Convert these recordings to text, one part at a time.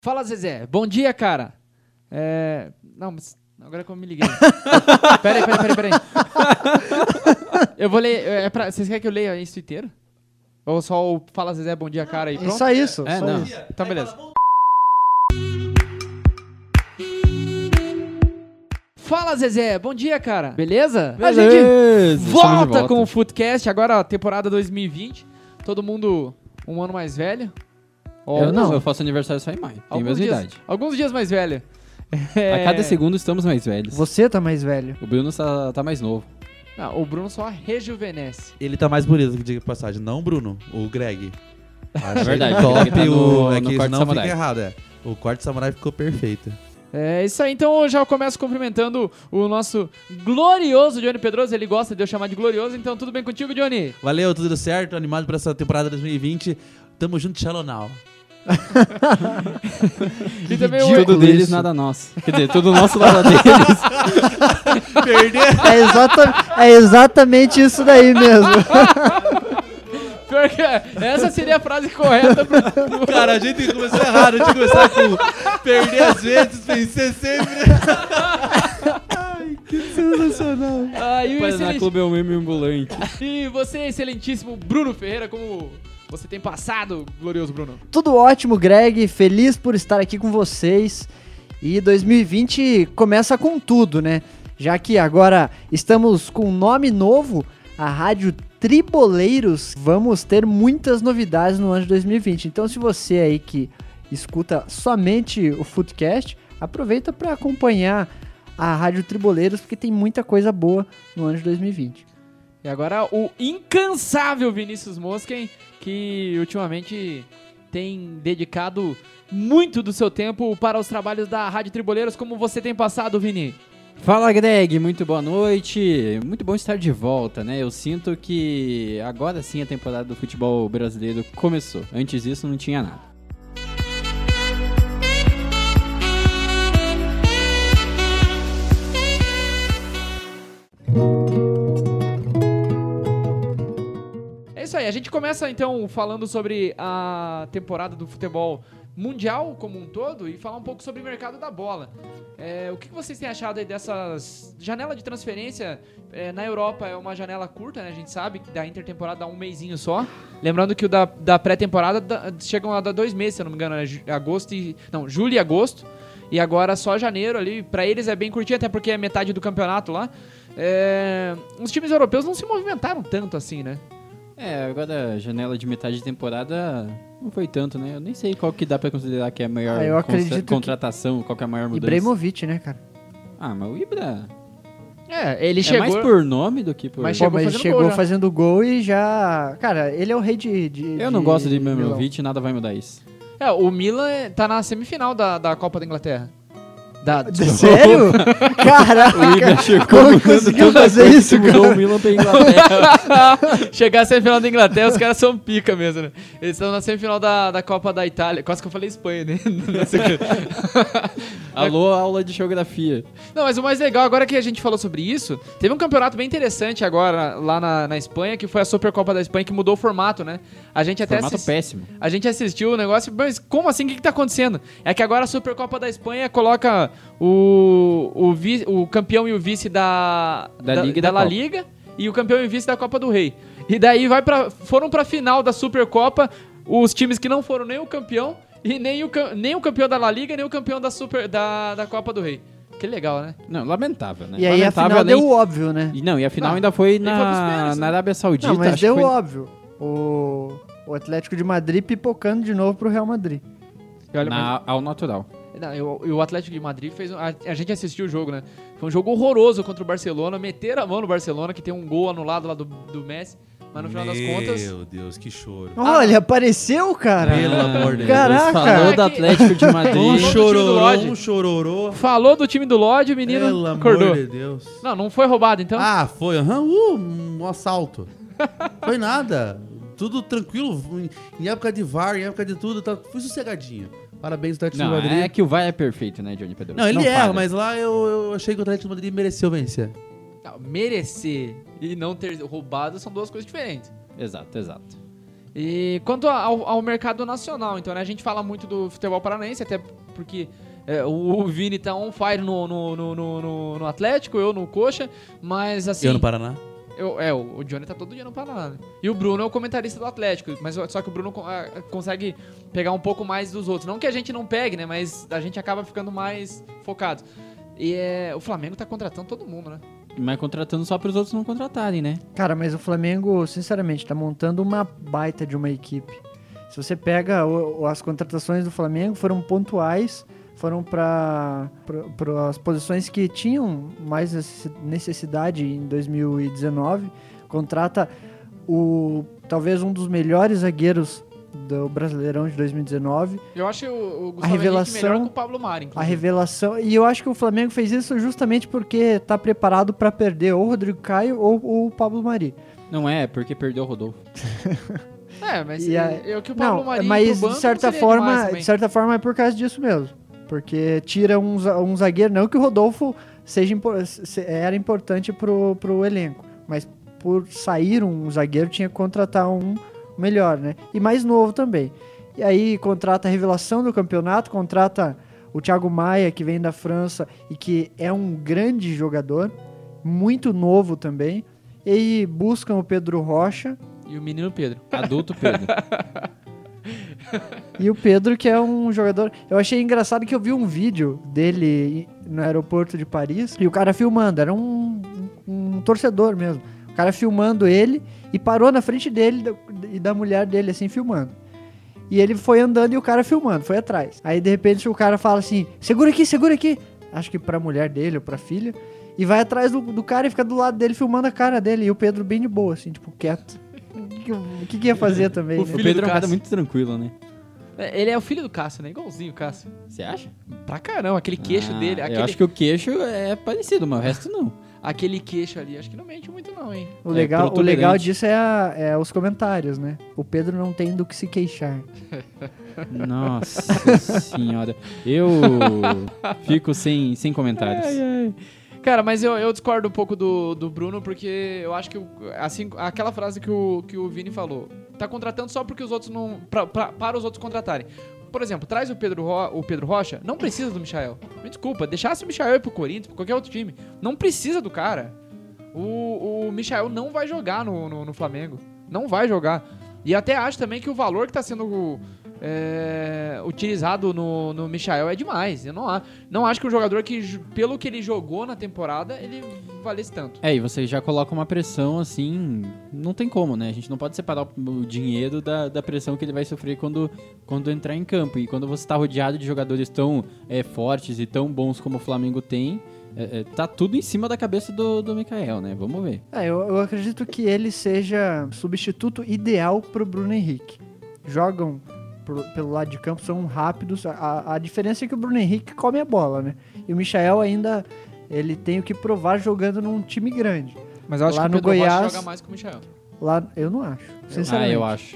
Fala, Zezé. Bom dia, cara. Não, mas agora que eu me liguei. Peraí. Eu vou ler. Vocês querem que eu leia isso inteiro? Ou só o Fala, Zezé, bom dia, cara e pronto? Só isso. Não. Isso. Então, beleza. Fala, Zezé. Bom dia, cara. Beleza? A gente volta com o Footcast. Agora, temporada 2020. Todo mundo um ano mais velho. Eu não, eu faço aniversário só em maio. Tenho a mesma idade. Alguns dias mais velho. A cada segundo estamos mais velhos. Você tá mais velho. O Bruno tá mais novo. O Bruno só rejuvenesce. Ele tá mais bonito, que diga de passagem. Não o Bruno, o Greg. É verdade. Top, Ele tá no que corte não samurai. fica errado, O corte samurai ficou perfeito. É isso aí, então eu já começo cumprimentando o nosso glorioso Johnny Pedroso. Ele gosta de eu chamar de glorioso, então tudo bem contigo, Johnny? Valeu, tudo certo, animado pra essa temporada 2020. Tamo junto, Shalonau. E também Tudo deles, nada nosso. Quer dizer, tudo nosso, nada deles. É exatamente isso daí mesmo. Pior que essa seria a frase correta pro... Cara, a gente começou errado, a gente começou com perder às vezes, vencer sempre. Ai, que sensacional. E o Paraná Clube é um meme ambulante. E você, excelentíssimo Bruno Ferreira, como você tem passado, glorioso Bruno? Tudo ótimo, Greg. Feliz por estar aqui com vocês. E 2020 começa com tudo, né? Já que agora estamos com um nome novo, a Rádio Triboleiros. Vamos ter muitas novidades no ano de 2020. Então, se você aí que escuta somente o Footcast, aproveita para acompanhar a Rádio Triboleiros, porque tem muita coisa boa no ano de 2020. E agora o incansável Vinícius Mosquen, que ultimamente tem dedicado muito do seu tempo para os trabalhos da Rádio Triboleiros. Como você tem passado, Vini? Fala, Greg, muito boa noite. Muito bom estar de volta, né? Eu sinto que agora sim a temporada do futebol brasileiro começou. Antes disso não tinha nada. É isso aí, a gente começa então falando sobre a temporada do futebol mundial como um todo e falar um pouco sobre o mercado da bola. O que vocês têm achado aí dessas janela de transferência? Na Europa é uma janela curta, né? A gente sabe que da intertemporada dá um mesinho só. Lembrando que o da pré-temporada chegam a dar 2 meses, se eu não me engano, né? Julho e agosto. E agora só janeiro ali. Pra eles é bem curtinho, até porque é metade do campeonato lá. Os times europeus não se movimentaram tanto assim, né? Agora a janela de metade de temporada não foi tanto, né? Eu nem sei qual que dá pra considerar que é a maior contratação, qual que é a maior mudança. Ibrahimovic, né, cara? Mas o Ibra... ele chegou... mais por nome do que por... Mas chegou fazendo gol e já... Cara, ele é o rei Eu não gosto de Ibrahimovic, nada vai mudar isso. O Milan tá na semifinal da Copa da Inglaterra. Sério? Caraca, o Ibra chegou como conseguiu fazer isso, o Milan pra Inglaterra. Chegar à semifinal da Inglaterra, os caras são pica mesmo, né? Eles estão na semifinal da Copa da Itália. Quase que eu falei Espanha, né? Alô, aula de geografia. Não, mas o mais legal, agora que a gente falou sobre isso, teve um campeonato bem interessante agora lá na Espanha, que foi a Supercopa da Espanha, que mudou o formato, né? A gente até péssimo. A gente assistiu o negócio, mas como assim? O que tá acontecendo? É que agora a Supercopa da Espanha coloca o campeão e o vice da La Liga e o campeão e o vice da Copa do Rei. E daí foram pra final da Supercopa os times que não foram nem o campeão e nem o campeão da La Liga, nem o campeão da Copa do Rei. Que legal, né? Não, lamentável, né? E aí a final deu óbvio, né? E a final ainda foi na Arábia Saudita. Não, mas deu óbvio. O Atlético de Madrid pipocando de novo pro Real Madrid. Ao natural. O Atlético de Madrid fez... A gente assistiu o jogo, né? Foi um jogo horroroso contra o Barcelona. Meteram a mão no Barcelona, que tem um gol anulado lá do Messi. Mas no final das contas... Meu Deus, que choro. Olha, apareceu, cara. Pelo amor de Deus. Caraca. Falou do Atlético de Madrid. Um chororô. Falou do time do Lodge, o menino acordou. Pelo amor de Deus. Não foi roubado, então? Foi. Um assalto. Foi nada. Tudo tranquilo. Em época de VAR, em época de tudo, fui sossegadinho. Parabéns, Atlético de Madrid. É que o VAR é perfeito, né, Johnny Pedro? Não, ele erra, mas lá eu achei que o Atlético de Madrid mereceu vencer. Merecer e não ter roubado são duas coisas diferentes. Exato. E quanto ao mercado nacional, então, né, a gente fala muito do futebol paranaense, até porque o Vini tá on fire no Atlético, eu no Coxa, mas assim... Eu no Paraná. O Johnny tá todo dia no Paraná, né? E o Bruno é o comentarista do Atlético, mas só que o Bruno consegue pegar um pouco mais dos outros. Não que a gente não pegue, né? Mas a gente acaba ficando mais focado. E o Flamengo tá contratando todo mundo, né? Mas contratando só pros outros não contratarem, né? Cara, mas o Flamengo, sinceramente, tá montando uma baita de uma equipe. Se você pega as contratações do Flamengo, foram pontuais, foram para as posições que tinham mais necessidade em 2019. Contrata talvez um dos melhores zagueiros do Brasileirão de 2019. Eu acho o Gustavo Henrique melhor que o Pablo Mari, inclusive. A revelação, e eu acho que o Flamengo fez isso justamente porque tá preparado para perder ou o Rodrigo Caio ou o Pablo Mari. Não é, porque perdeu o Rodolfo. Mas que o não, Pablo Mari mas pro banco de certa forma é por causa disso mesmo. Porque tira um zagueiro, não que o Rodolfo era importante pro elenco, mas por sair um zagueiro tinha que contratar um melhor, né? E mais novo também. E aí contrata a revelação do campeonato, contrata o Thiago Maia, que vem da França e que é um grande jogador, muito novo também. E aí buscam o Pedro Rocha. E o menino Pedro. Adulto Pedro. E o Pedro, que é um jogador... Eu achei engraçado que eu vi um vídeo dele no aeroporto de Paris e o cara filmando, era um torcedor mesmo. O cara filmando ele e parou na frente dele e da mulher dele, assim, filmando. E ele foi andando e o cara filmando, foi atrás. Aí, de repente, o cara fala assim, segura aqui. Acho que pra mulher dele ou pra filha. E vai atrás do cara e fica do lado dele filmando a cara dele. E o Pedro bem de boa, assim, tipo, quieto. O que ia fazer também? O Pedro é um cara muito tranquilo, né? Ele é o filho do Cássio, né? Igualzinho o Cássio. Você acha? Pra caramba, aquele queixo dele. Eu acho que o queixo é parecido, mas o resto não. Aquele queixo ali, acho que não mente muito não, hein? O legal disso é os comentários, né? O Pedro não tem do que se queixar. Nossa senhora. Eu fico sem comentários. Cara, mas eu discordo um pouco do Bruno, porque eu acho que, assim, aquela frase que o Vini falou, tá contratando só porque os outros não... para os outros contratarem. Por exemplo, traz o Pedro Rocha, não precisa do Michael. Me desculpa, deixasse o Michael ir pro Corinthians, pra qualquer outro time. Não precisa do cara. O Michael não vai jogar no Flamengo. Não vai jogar. E até acho também que o valor que tá sendo utilizado no Michael é demais. Eu não acho que um jogador que, pelo que ele jogou na temporada, ele valesse tanto. E você já coloca uma pressão assim, não tem como, né? A gente não pode separar o dinheiro da pressão que ele vai sofrer quando entrar em campo. E quando você tá rodeado de jogadores tão fortes e tão bons como o Flamengo tem, tá tudo em cima da cabeça do Michael, né? Vamos ver. Eu acredito que ele seja substituto ideal pro Bruno Henrique. Jogam pelo lado de campo, são rápidos. A diferença é que o Bruno Henrique come a bola, né? E o Michael ainda, ele tem o que provar jogando num time grande. Mas eu acho lá que o no Pedro Goiás Rocha joga mais que o Michael. Lá, eu não acho, sinceramente.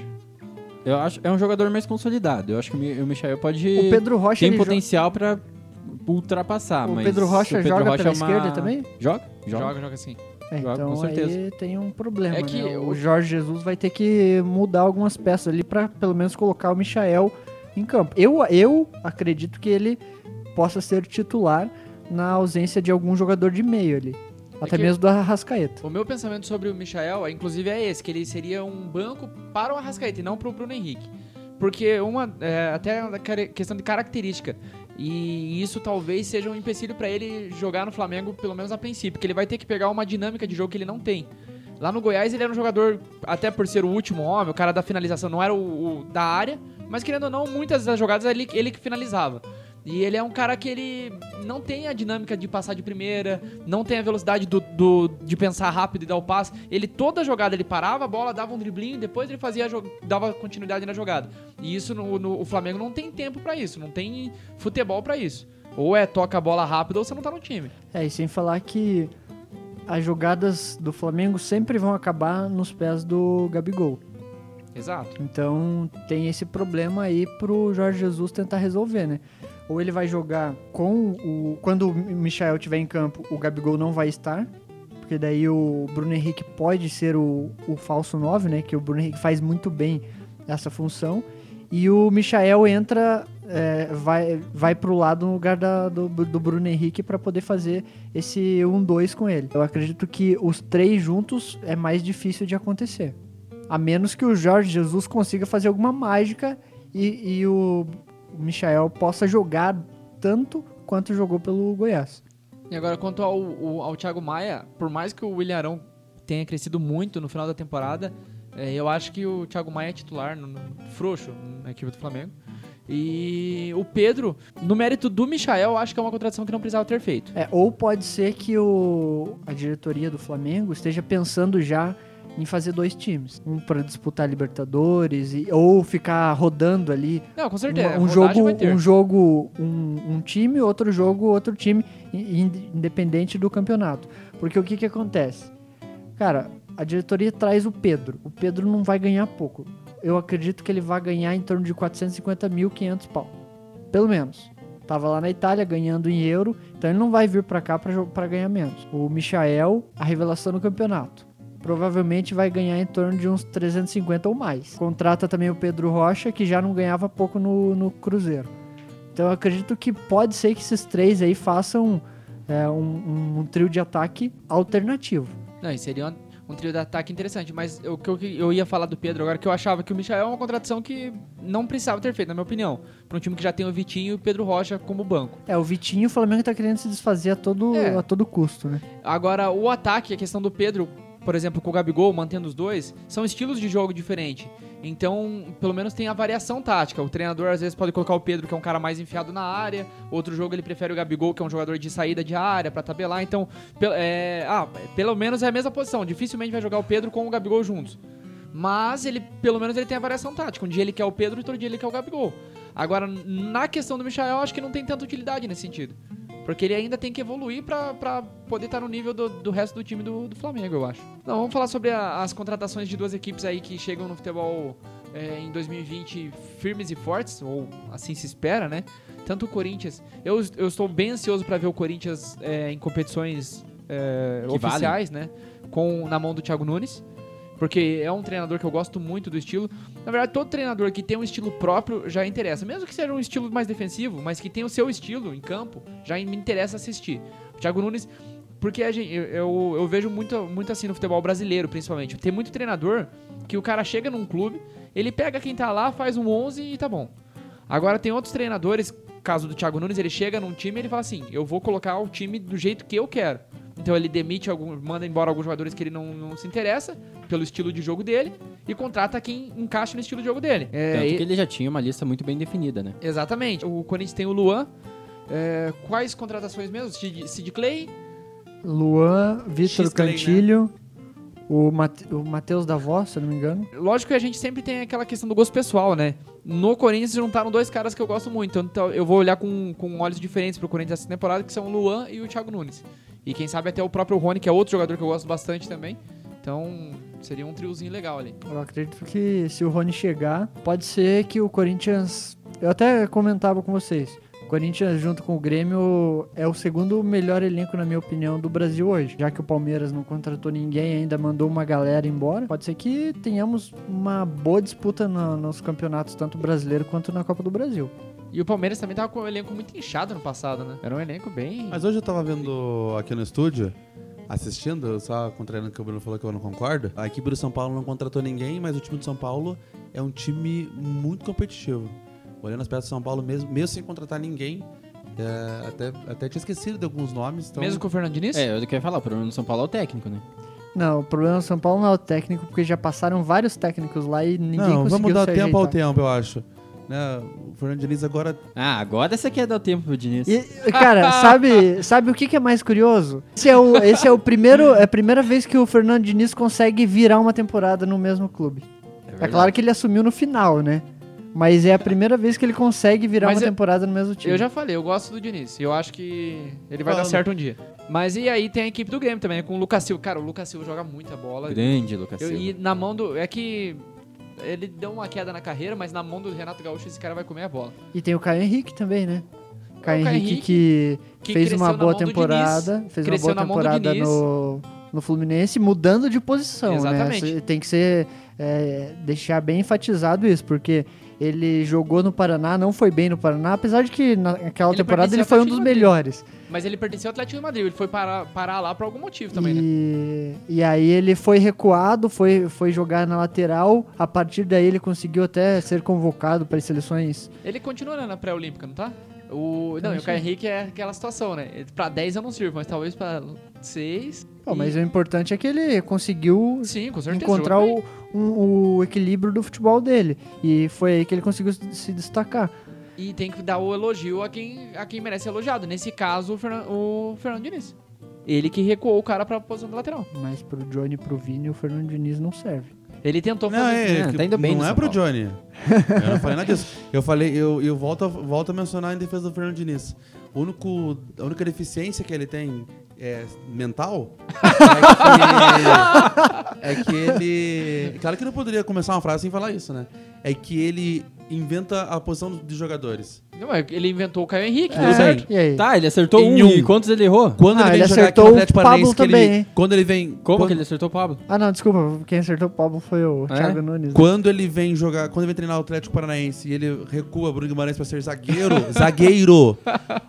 Eu acho. É um jogador mais consolidado. Eu acho que o Michael pode... O Pedro Rocha, tem potencial pra ultrapassar, mas... O Pedro Rocha joga pela é esquerda também? Joga Sim. Joga, então com certeza. aí tem um problema, É que né? O Jorge Jesus vai ter que mudar algumas peças ali pra pelo menos colocar o Michael em campo. Eu acredito que ele possa ser titular na ausência de algum jogador de meio ali. Até mesmo do Arrascaeta. O meu pensamento sobre o Michael, inclusive, é esse, que ele seria um banco para o Arrascaeta e não para o Bruno Henrique. Porque até uma questão de característica. E isso talvez seja um empecilho para ele jogar no Flamengo, pelo menos a princípio, porque ele vai ter que pegar uma dinâmica de jogo que ele não tem. Lá no Goiás ele era um jogador, até por ser o último homem, o cara da finalização, não era o da área, mas querendo ou não, muitas das jogadas ele que finalizava. E ele é um cara que ele não tem a dinâmica de passar de primeira, não tem a velocidade de pensar rápido e dar o passe. Toda jogada ele parava a bola, dava um driblinho, depois ele dava continuidade na jogada. E isso o Flamengo não tem tempo pra isso, não tem futebol pra isso. Ou toca a bola rápido ou você não tá no time. E sem falar que as jogadas do Flamengo sempre vão acabar nos pés do Gabigol. Exato. Então tem esse problema aí pro Jorge Jesus tentar resolver, né? Ou ele vai jogar quando o Michael estiver em campo, o Gabigol não vai estar, porque daí o Bruno Henrique pode ser o falso 9, né? Que o Bruno Henrique faz muito bem essa função. E o Michael entra, vai pro lado no lugar do Bruno Henrique para poder fazer esse 1-2 com ele. Eu acredito que os 3 juntos é mais difícil de acontecer. A menos que o Jorge Jesus consiga fazer alguma mágica e o Michael possa jogar tanto quanto jogou pelo Goiás. E agora, quanto ao Thiago Maia, por mais que o William Arão tenha crescido muito no final da temporada, eu acho que o Thiago Maia é titular, frouxo, na equipe do Flamengo. E o Pedro, no mérito do Michael, eu acho que é uma contratação que não precisava ter feito. Ou pode ser que a diretoria do Flamengo esteja pensando já em fazer 2 times. Um para disputar Libertadores ou ficar rodando ali. Não, com certeza. Um jogo, um time, outro jogo, outro time, independente do campeonato. Porque o que acontece? Cara, a diretoria traz o Pedro. O Pedro não vai ganhar pouco. Eu acredito que ele vai ganhar em torno de 450 mil, 500 pau. Pelo menos. Tava lá na Itália ganhando em euro, então ele não vai vir pra cá pra ganhar menos. O Michael, a revelação no campeonato. Provavelmente vai ganhar em torno de uns 350 ou mais. Contrata também o Pedro Rocha, que já não ganhava pouco no Cruzeiro. Então eu acredito que pode ser que esses 3 aí façam um trio de ataque alternativo. Não, e seria um trio de ataque interessante, mas o que eu ia falar do Pedro agora, que eu achava que o Michael é uma contratação que não precisava ter feito, na minha opinião, para um time que já tem o Vitinho e o Pedro Rocha como banco. O Vitinho, o Flamengo tá querendo se desfazer a todo custo, né? Agora, o ataque, a questão do Pedro, por exemplo, com o Gabigol, mantendo os 2, são estilos de jogo diferentes. Então, pelo menos tem a variação tática. O treinador, às vezes, pode colocar o Pedro, que é um cara mais enfiado na área. Outro jogo, ele prefere o Gabigol, que é um jogador de saída de área, pra tabelar. Então, pelo menos é a mesma posição. Dificilmente vai jogar o Pedro com o Gabigol juntos. Mas, pelo menos, ele tem a variação tática. Um dia ele quer o Pedro e outro dia ele quer o Gabigol. Agora, na questão do Michael, eu acho que não tem tanta utilidade nesse sentido. Porque ele ainda tem que evoluir pra poder estar no nível do resto do time do Flamengo, eu acho. Então, vamos falar sobre as contratações de 2 equipes aí que chegam no futebol em 2020 firmes e fortes, ou assim se espera, né? Tanto o Corinthians... Eu estou bem ansioso para ver o Corinthians em competições oficiais, né? Na mão do Thiago Nunes. Porque é um treinador que eu gosto muito do estilo. Na verdade, todo treinador que tem um estilo próprio já interessa. Mesmo que seja um estilo mais defensivo, mas que tenha o seu estilo em campo, já me interessa assistir. O Thiago Nunes, porque eu vejo muito assim no futebol brasileiro, principalmente. Tem muito treinador que o cara chega num clube, ele pega quem tá lá, faz um 11 e tá bom. Agora tem outros treinadores, caso do Thiago Nunes, ele chega num time e ele fala assim, eu vou colocar o time do jeito que eu quero. Então ele demite manda embora alguns jogadores que ele não se interessa pelo estilo de jogo dele e contrata quem encaixa no estilo de jogo dele. Tanto que ele já tinha uma lista muito bem definida, né? Exatamente. O Corinthians tem o Luan. Quais contratações mesmo? Sid Clay? Luan, Vitor X-Clay, Cantilho, né? O Matheus Davó, se eu não me engano. Lógico que a gente sempre tem aquela questão do gosto pessoal, né? No Corinthians juntaram 2 caras que eu gosto muito. Então eu vou olhar com olhos diferentes pro Corinthians essa temporada, que são o Luan e o Thiago Nunes. E quem sabe até o próprio Rony, que é outro jogador que eu gosto bastante também. Então, seria um triozinho legal ali. Eu acredito que se o Rony chegar, pode ser que o Corinthians... Eu até comentava com vocês. O Corinthians, junto com o Grêmio, é o segundo melhor elenco, na minha opinião, do Brasil hoje. Já que o Palmeiras não contratou ninguém, ainda mandou uma galera embora, pode ser que tenhamos uma boa disputa nos campeonatos, tanto brasileiro quanto na Copa do Brasil. E o Palmeiras também tava com um elenco muito inchado no passado, né? Era um elenco bem... Mas hoje eu tava vendo aqui no estúdio, assistindo, só contrariando o que o Bruno falou que eu não concordo. A equipe do São Paulo não contratou ninguém, mas o time do São Paulo é um time muito competitivo. Olhando as peças do São Paulo, mesmo sem contratar ninguém, até tinha esquecido de alguns nomes. Então... Mesmo com o Fernando Diniz? Eu queria falar, o problema do São Paulo é o técnico, né? Não, o problema do São Paulo não é o técnico, porque já passaram vários técnicos lá e ninguém conseguiu se vamos dar ajeitar. tempo ao tempo, eu acho. Né? O Fernando Diniz agora... Agora você quer dar o tempo pro Diniz. E, cara, sabe o que é mais curioso? Esse é a primeira vez que o Fernando Diniz consegue virar uma temporada no mesmo clube. É claro que ele assumiu no final, né? Mas é a primeira vez que ele consegue virar uma temporada no mesmo time. Eu já falei, eu gosto do Diniz. Eu acho que ele vai dar certo um dia. Mas e aí tem a equipe do Grêmio também, com o Lucas Silva. Cara, o Lucas Silva joga muita bola. Grande Lucas Silva. E na mão do... É que ele deu uma queda na carreira, mas na mão do Renato Gaúcho esse cara vai comer a bola. E tem o Caio Henrique também, né? Caio Henrique que fez uma boa temporada. Fez uma boa temporada no Fluminense, mudando de posição, Exatamente. né? Tem que ser, deixar bem enfatizado isso, porque ele jogou no Paraná, não foi bem no Paraná, apesar de que naquela Ele temporada pertencia ele ao foi um Atlético dos de Madrid. melhores. Mas ele pertencia ao Atlético de Madrid, ele foi parar lá por algum motivo também, né? E aí ele foi recuado, foi jogar na lateral, a partir daí ele conseguiu até ser convocado para as seleções. Ele continua na pré-olímpica, não tá? O Caio Henrique é aquela situação, né? Pra 10 eu não sirvo, mas talvez pra 6. Pô, mas o importante é que ele conseguiu Sim, com certeza. encontrar jogou bem. o equilíbrio do futebol dele. E foi aí que ele conseguiu se destacar. E tem que dar o elogio a quem merece ser elogiado. Nesse caso, o Fernando Diniz. Ele que recuou o cara pra posição do lateral. Mas pro Johnny e pro Vini, o Fernando Diniz não serve. Ele tentou Não, fazer... tá indo bem não no é São pro Paulo. Johnny. Eu não falei nada disso. Eu volto a mencionar em defesa do Fernando Diniz. A única deficiência que ele tem mental é que ele... Claro que não poderia começar uma frase sem falar isso, né? É que ele inventa a posição dos jogadores. Não, ele inventou o Caio Henrique, É, deu certo. E aí? Tá, ele acertou Em um. um. E quantos ele errou? Quando ele vem ele jogar aqui acertou no o Atlético Pablo Paranaense, também, hein? quando ele vem... Como quando, que ele acertou o Pablo? Ah, não, desculpa. Quem acertou o Pablo foi o Thiago Nunes. Né? Quando ele vem treinar o Atlético Paranaense e ele recua Bruno Guimarães pra ser zagueiro,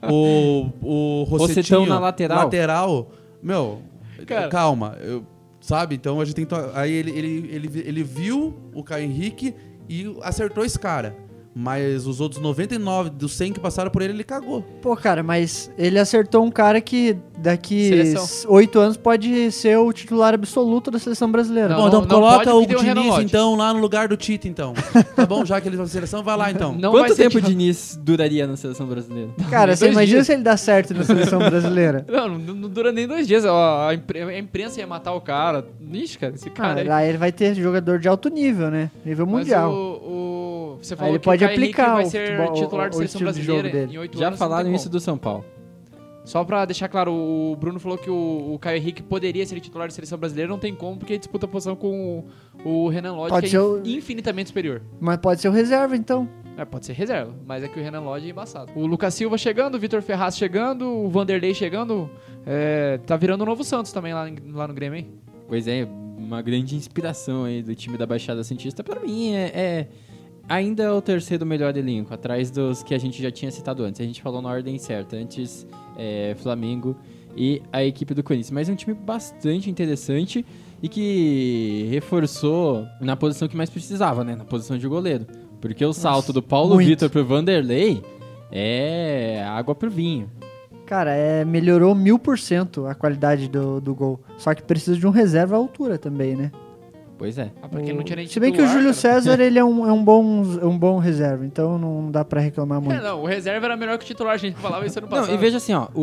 o Rossetão Rossetinho na lateral. Meu, Cara. calma, sabe? Então a gente tem que... Aí ele viu o Caio Henrique e acertou esse cara. Mas os outros 99 dos 100 que passaram por ele cagou. Pô, cara, mas ele acertou um cara que daqui Seleção. 8 anos pode ser o titular absoluto da seleção brasileira. Não, Bom, então não coloca pode o porque tem o Renan Diniz, Lodge. então, lá no lugar do Tite, então. Tá bom? Já que ele vai na seleção, vai lá, então. Não vai Quanto ser tempo o tipo- Diniz duraria na seleção brasileira? Cara, você 2 imagina dias. se ele dá certo na seleção brasileira. Não dura nem 2 dias. A imprensa ia matar o cara. Ixi, cara, esse cara aí. Aí ele vai ter jogador de alto nível, né? Nível Mas mundial. você Aí falou ele que pode o Caio Henrique aplicar vai o ser futebol, titular da o seleção estilo de jogo brasileira dele. em 8 Já anos. falaram não tem isso do São Paulo. Só pra deixar claro, o Bruno falou que o Caio Henrique poderia ser titular da seleção brasileira, não tem como, porque ele disputa a posição com o Renan Lodge, Pode que ser é o- infinitamente superior. Mas pode ser o reserva, então. Pode ser reserva, mas é que o Renan Lodge é embaçado. O Lucas Silva chegando, o Vitor Ferraz chegando, o Vanderlei chegando, tá virando o novo Santos também lá no Grêmio, hein? Pois é, uma grande inspiração aí do time da Baixada Santista. Pra mim, ainda é o terceiro melhor elenco, atrás dos que a gente já tinha citado antes. A gente falou na ordem certa. Antes, Flamengo e a equipe do Corinthians. Mas é um time bastante interessante e que reforçou na posição que mais precisava, né? Na posição de goleiro. Porque o salto do Paulo muito. Vitor pro Vanderlei é água pro vinho. Cara, melhorou 1000% a qualidade do gol. Só que precisa de um reserva à altura também, né? Pois é. Porque não tinha nem Se bem que o titular, Júlio cara. César, ele é um bom reserva, então não dá pra reclamar muito. Não, o reserva era melhor que o titular, a gente falava isso ano passado. Não, e veja assim, ó,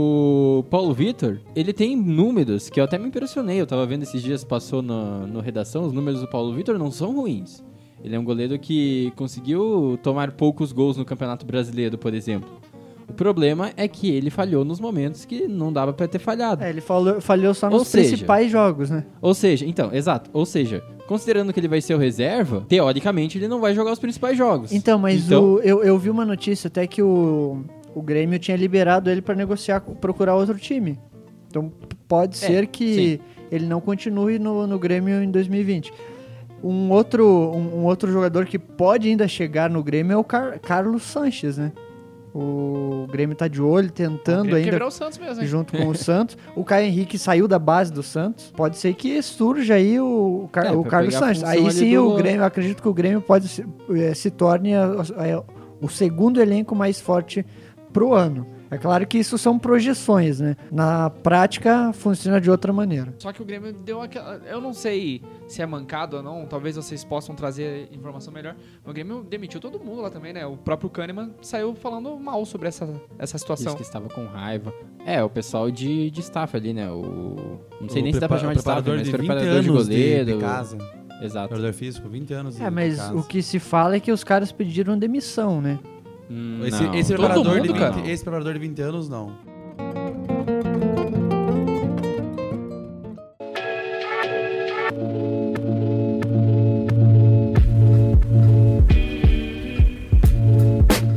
o Paulo Vitor, ele tem números que eu até me impressionei. Eu tava vendo esses dias, passou no Redação, os números do Paulo Vitor não são ruins. Ele é um goleiro que conseguiu tomar poucos gols no Campeonato Brasileiro, por exemplo. O problema é que ele falhou nos momentos que não dava pra ter falhado. Ele falhou só Ou nos seja, principais jogos, né? Ou seja, então, exato. Ou seja, considerando que ele vai ser o reserva, teoricamente ele não vai jogar os principais jogos. Então, mas eu vi uma notícia até que o Grêmio tinha liberado ele pra negociar, procurar outro time. Então pode ser que ele não continue no Grêmio em 2020. Um outro jogador que pode ainda chegar no Grêmio é o Carlos Sanches, né? O Grêmio tá de olho, tentando Quer ainda virar o Santos mesmo, hein? junto com o Santos. O Caio Henrique saiu da base do Santos. Pode ser que surja aí o pra Carlos pegar a Sanches. função Aí ali sim do- o Grêmio, eu acredito que o Grêmio pode se torne o segundo elenco mais forte pro ano. É claro que isso são projeções, né? Na prática, funciona de outra maneira. Só que o Grêmio deu aquela... Eu não sei se é mancado ou não, talvez vocês possam trazer informação melhor. O Grêmio demitiu todo mundo lá também, né? O próprio Kahneman saiu falando mal sobre essa situação. Isso que estava com raiva. O pessoal de staff ali, né? Não sei O nem se dá pra chamar de staff, preparador mas de 20 preparador de anos goleiro. de casa. Exato. Preparador físico, 20 anos de Mas casa. o que se fala é que os caras pediram demissão, né? Esse todo preparador mundo, de cara. 20, esse preparador de 20 anos, não.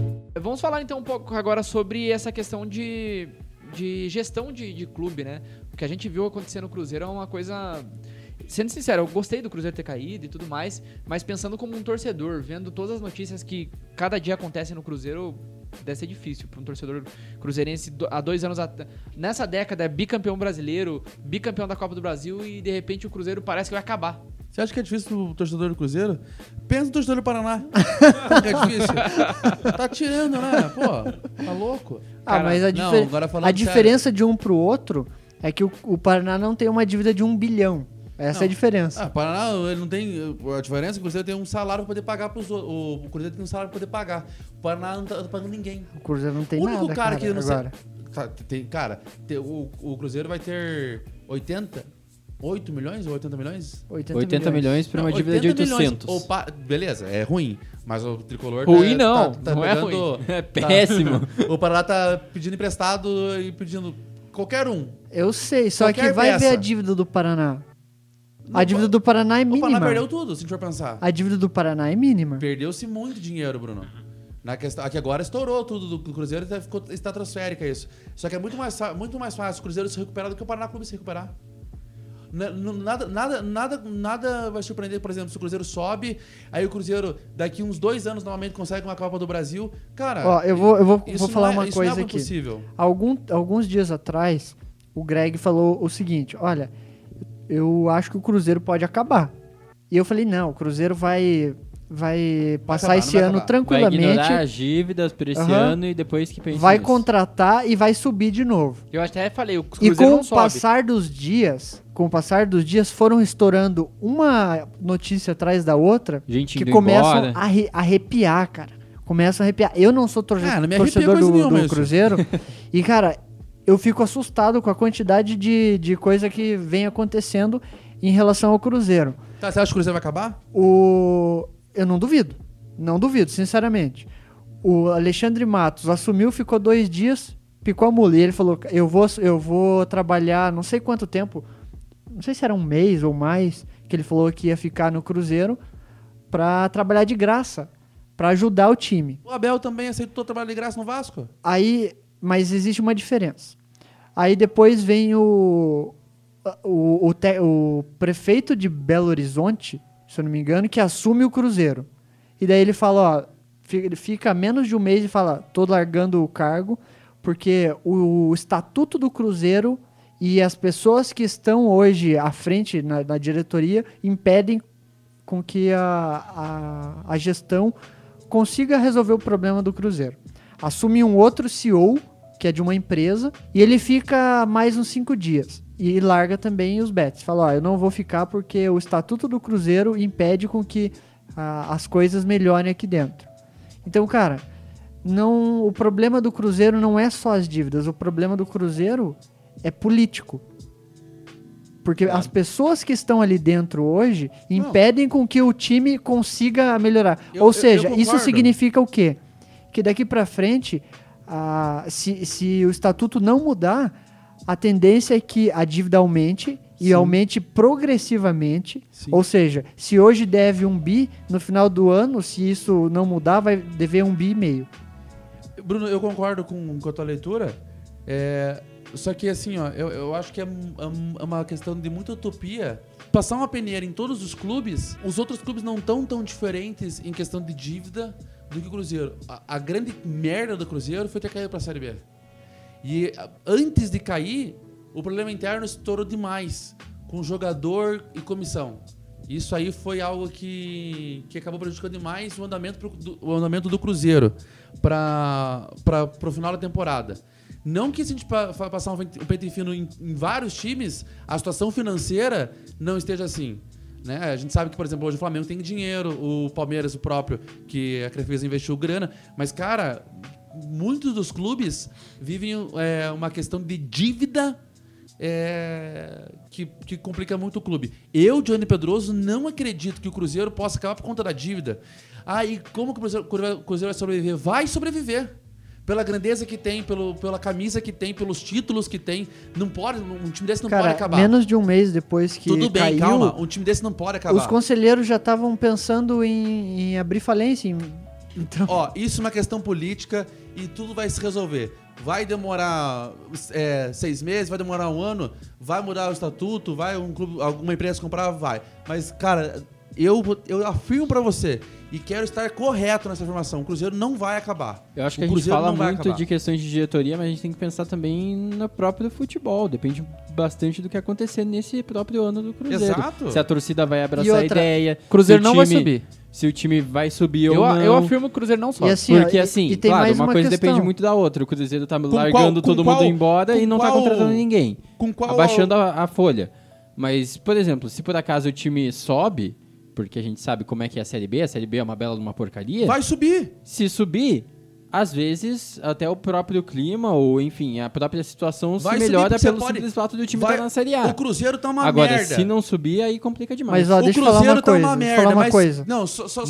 Vamos falar então um pouco agora sobre essa questão de gestão de clube, né? O que a gente viu acontecer no Cruzeiro é uma coisa... Sendo sincero, eu gostei do Cruzeiro ter caído e tudo mais, mas pensando como um torcedor, vendo todas as notícias que cada dia acontecem no Cruzeiro, deve ser difícil para um torcedor cruzeirense há 2 anos nessa década é bicampeão brasileiro, bicampeão da Copa do Brasil e de repente o Cruzeiro parece que vai acabar. Você acha que é difícil o torcedor do Cruzeiro? Pensa no torcedor do Paraná. Como que é difícil? Tá tirando, né? Pô, tá louco? Cara, mas a diferença de um pro outro é que o Paraná não tem uma dívida de 1 bilhão. Essa é a diferença. O Paraná, ele não tem... A diferença é que o Cruzeiro tem um salário pra poder pagar pros outros. O Cruzeiro tem um salário pra poder pagar. O Paraná não tá pagando ninguém. O Cruzeiro não tem o único nada, cara que não agora. O Cruzeiro vai ter 8 milhões ou 80 milhões? 80 milhões pra uma dívida de 800. Beleza, é ruim. Mas o Tricolor ruim não é ruim. É péssimo. O Paraná tá pedindo emprestado e pedindo qualquer um. Eu sei, só Qualquer que vai peça. ver a dívida do Paraná. A dívida do Paraná é O mínima. Paraná perdeu tudo, se a gente for pensar. A dívida do Paraná é mínima. Perdeu-se muito dinheiro, Bruno. Na questão, aqui agora estourou tudo do Cruzeiro e ficou estratosférica isso. Só que é muito mais fácil o Cruzeiro se recuperar do que o Paraná Clube se recuperar. Nada vai surpreender, por exemplo, se o Cruzeiro sobe, aí o Cruzeiro daqui uns 2 anos novamente consegue uma Copa do Brasil. Cara, Ó, eu vou falar uma isso coisa não é aqui. Impossível. Alguns dias atrás, o Greg falou o seguinte: olha, eu acho que o Cruzeiro pode acabar. E eu falei, não, o Cruzeiro vai passar acabar, esse ano acabar. tranquilamente. Vai ignorar as dívidas por esse ano e depois que pensa vai nisso. contratar e vai subir de novo. Eu até falei, o E Cruzeiro com não o sobe. passar dos dias, foram estourando uma notícia atrás da outra Gente que indo começam embora. a arrepiar, cara. Começam a arrepiar. Eu não sou não me arrepia torcedor coisa nenhuma do isso. Cruzeiro. E, cara, eu fico assustado com a quantidade de coisa que vem acontecendo em relação ao Cruzeiro. Tá, você acha que o Cruzeiro vai acabar? Eu não duvido. Não duvido, sinceramente. O Alexandre Matos assumiu, ficou 2 dias, picou a mula. E ele falou, eu vou trabalhar não sei quanto tempo, não sei se era 1 mês ou mais, que ele falou que ia ficar no Cruzeiro pra trabalhar de graça, pra ajudar o time. O Abel também aceitou trabalhar de graça no Vasco? Aí, mas existe uma diferença. Aí depois vem o prefeito de Belo Horizonte, se eu não me engano, que assume o Cruzeiro. E daí ele fala, ó, ele fica menos de 1 mês e fala, tô largando o cargo, porque o estatuto do Cruzeiro e as pessoas que estão hoje à frente na diretoria impedem com que a gestão consiga resolver o problema do Cruzeiro. Assume um outro CEO, que é de uma empresa, e ele fica mais uns 5 dias. E larga também os bets. Fala, ó, eu não vou ficar porque o estatuto do Cruzeiro impede com que as coisas melhorem aqui dentro. Então, cara, o problema do Cruzeiro não é só as dívidas. O problema do Cruzeiro é político. Porque as pessoas que estão ali dentro hoje impedem com que o time consiga melhorar. Ou seja, eu isso concordo. significa o quê? Que daqui pra frente, se o estatuto não mudar, a tendência é que a dívida aumente e aumente progressivamente. Sim. Ou seja, se hoje deve 1 bi, no final do ano, se isso não mudar, vai dever 1,5 bi. Bruno, eu concordo com a tua leitura. Só que assim, ó, eu acho que é uma questão de muita utopia. Passar uma peneira em todos os clubes, os outros clubes não estão tão diferentes em questão de dívida do que o Cruzeiro. A grande merda do Cruzeiro foi ter caído pra Série B. E antes de cair, o problema interno estourou demais com jogador e comissão. Isso aí foi algo que acabou prejudicando demais o andamento do Cruzeiro para o final da temporada. Não que se a gente passar um pente fino em vários times, a situação financeira não esteja assim. Né? A gente sabe que, por exemplo, hoje o Flamengo tem dinheiro, o Palmeiras, o próprio, que a Crefisa investiu grana, mas, cara, muitos dos clubes vivem uma questão de dívida que complica muito o clube. Eu, Johnny Pedroso, não acredito que o Cruzeiro possa acabar por conta da dívida. E como que o Cruzeiro vai sobreviver? Vai sobreviver. Pela grandeza que tem, pela camisa que tem, pelos títulos que tem. Não pode, um time desse não pode acabar. Menos de 1 mês depois que Tudo bem, caiu, calma. Um time desse não pode acabar. os conselheiros já estavam pensando em abrir falência. Então, Ó, isso é uma questão política e tudo vai se resolver. vai demorar 6 meses, vai demorar 1 ano, vai mudar o estatuto, vai alguma empresa comprar, vai. Mas, cara, eu afirmo pra você e quero estar correto nessa afirmação. O Cruzeiro não vai acabar. Eu acho que a gente fala muito de questões de diretoria, mas a gente tem que pensar também no próprio futebol. Depende bastante do que acontecer nesse próprio ano do Cruzeiro. Exato. Se a torcida vai abraçar a ideia. O Cruzeiro não vai subir. Se o time vai subir ou não. Eu afirmo que o Cruzeiro não sobe. Porque assim, tem claro, mais uma coisa questão. depende muito da outra. O Cruzeiro tá largando todo mundo embora e não tá contratando ninguém. Abaixando a folha. Mas, por exemplo, se por acaso o time sobe, porque a gente sabe como é que é a Série B é uma bela de uma porcaria. Vai subir! Se subir, às vezes, até o próprio clima, ou enfim, a própria situação se melhora pelo simples fato do time estar na Série A. O Cruzeiro tá uma Agora, merda. se não subir, aí complica demais. Mas, ó, deixa eu falar uma coisa. Não,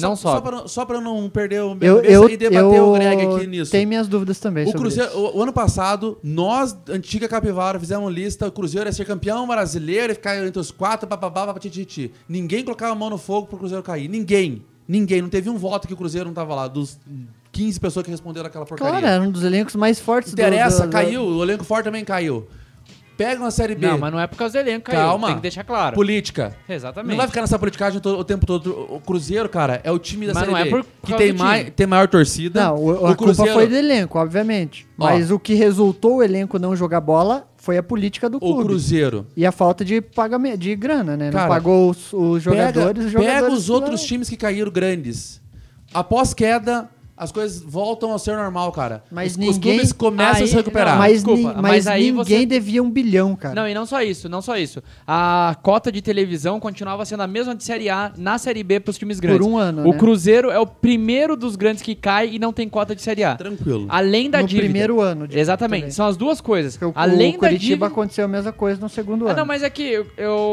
só pra não perder o meu e debater o Greg aqui nisso. Tem minhas dúvidas também sobre Cruzeiro, isso. O ano passado, nós, antiga Capivara, fizemos uma lista, o Cruzeiro ia ser campeão brasileiro, ia ficar entre os 4, papapá. Ninguém colocava a mão no fogo pro Cruzeiro cair. Ninguém. Não teve um voto que o Cruzeiro não tava lá, dos 15 pessoas que responderam aquela porcaria. Claro, era um dos elencos mais fortes caiu, o elenco forte também caiu. Pega uma Série B. Não, mas não é por causa do elenco, caiu. Calma. Tem que deixar claro. Política. Exatamente. Não vai ficar nessa politicagem o tempo todo. O Cruzeiro, cara, é o time da Mas Série não é B por que causa do tem maior torcida. Não, a culpa foi do elenco, obviamente. Mas o que resultou o elenco não jogar bola foi a política do clube. O Cruzeiro. E a falta de pagamento, de grana, né? Cara, não pagou os jogadores. Pega os outros times que caíram grandes. Após queda, as coisas voltam ao ser normal, cara. Mas os ninguém... clubes começam a se recuperar. Não, Mas, desculpa, mas aí ninguém devia 1 bilhão, cara. Não, e não só isso. A cota de televisão continuava sendo a mesma de Série A na Série B pros times grandes. Por um ano, O né? Cruzeiro é o primeiro dos grandes que cai e não tem cota de Série A. Tranquilo. Além da No dívida. primeiro ano. Exatamente. Também. São as duas coisas. Porque Além o da Curitiba dívida... aconteceu a mesma coisa no segundo ano. Não, mas é que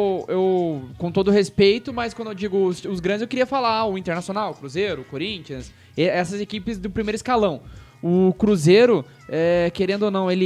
eu com todo respeito, mas quando eu digo os grandes, eu queria falar o Internacional, o Cruzeiro, o Corinthians, essas equipes do primeiro escalão. O Cruzeiro, querendo ou não,